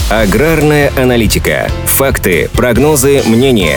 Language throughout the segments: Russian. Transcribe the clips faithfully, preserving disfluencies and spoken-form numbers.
Аграрная аналитика. Факты, прогнозы, мнения.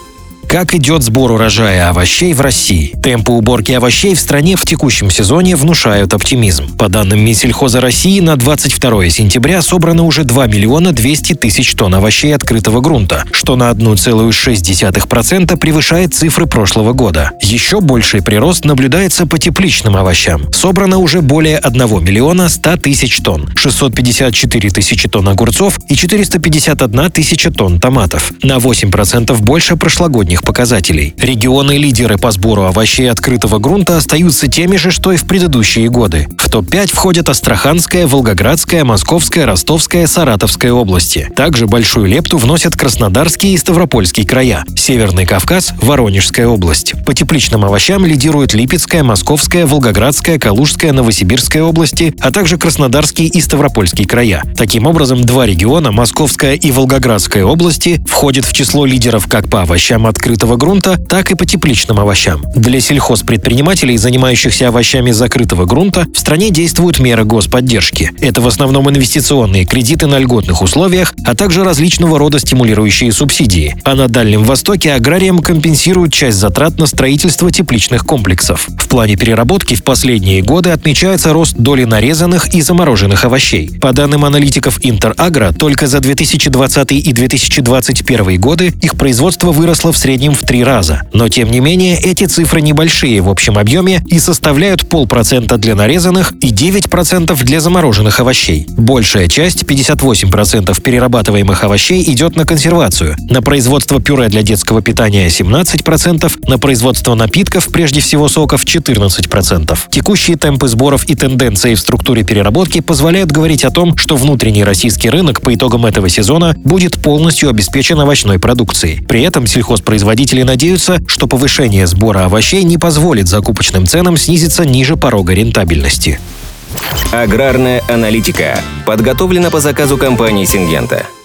Как идет сбор урожая овощей в России? Темпы уборки овощей в стране в текущем сезоне внушают оптимизм. По данным Минсельхоза России, на двадцать второе сентября собрано уже два миллиона двести тысяч тонн овощей открытого грунта, что на одна целая шесть десятых процента превышает цифры прошлого года. Еще больший прирост наблюдается по тепличным овощам. Собрано уже более одного миллиона ста тысяч тонн, шестьсот пятьдесят четыре тысячи тонн огурцов и четыреста пятьдесят одна тысяча тонн томатов. На восемь процентов больше прошлогодних показателей. Регионы-лидеры по сбору овощей открытого грунта остаются теми же, что и в предыдущие годы. В топ пять входят Астраханская, Волгоградская, Московская, Ростовская, Саратовская области. Также большую лепту вносят Краснодарский и Ставропольский края, Северный Кавказ, Воронежская область. По тепличным овощам лидируют Липецкая, Московская, Волгоградская, Калужская, Новосибирская области, а также Краснодарский и Ставропольский края. Таким образом, два региона, Московская и Волгоградская области, входят в число лидеров как по овощам открытого грунта, так и по тепличным овощам. Для сельхозпредпринимателей, занимающихся овощами закрытого грунта, в стране действуют меры господдержки. Это в основном инвестиционные кредиты на льготных условиях, а также различного рода стимулирующие субсидии. А на Дальнем Востоке аграриям компенсируют часть затрат на строительство тепличных комплексов. В плане переработки в последние годы отмечается рост доли нарезанных и замороженных овощей. По данным аналитиков Интерагро, только за две тысячи двадцатый и две тысячи двадцать первый годы их производство выросло в среднем в три раза. Но, тем не менее, эти цифры небольшие в общем объеме и составляют полпроцента для нарезанных и девять процентов для замороженных овощей. Большая часть, пятьдесят восемь процентов перерабатываемых овощей, идет на консервацию. На производство пюре для детского питания семнадцать процентов, на производство напитков, прежде всего соков, четырнадцать процентов. Текущие темпы сборов и тенденции в структуре переработки позволяют говорить о том, что внутренний российский рынок по итогам этого сезона будет полностью обеспечен овощной продукцией. При этом сельхозпроизводители Производители надеются, что повышение сбора овощей не позволит закупочным ценам снизиться ниже порога рентабельности. Аграрная аналитика подготовлена по заказу компании «Сингента».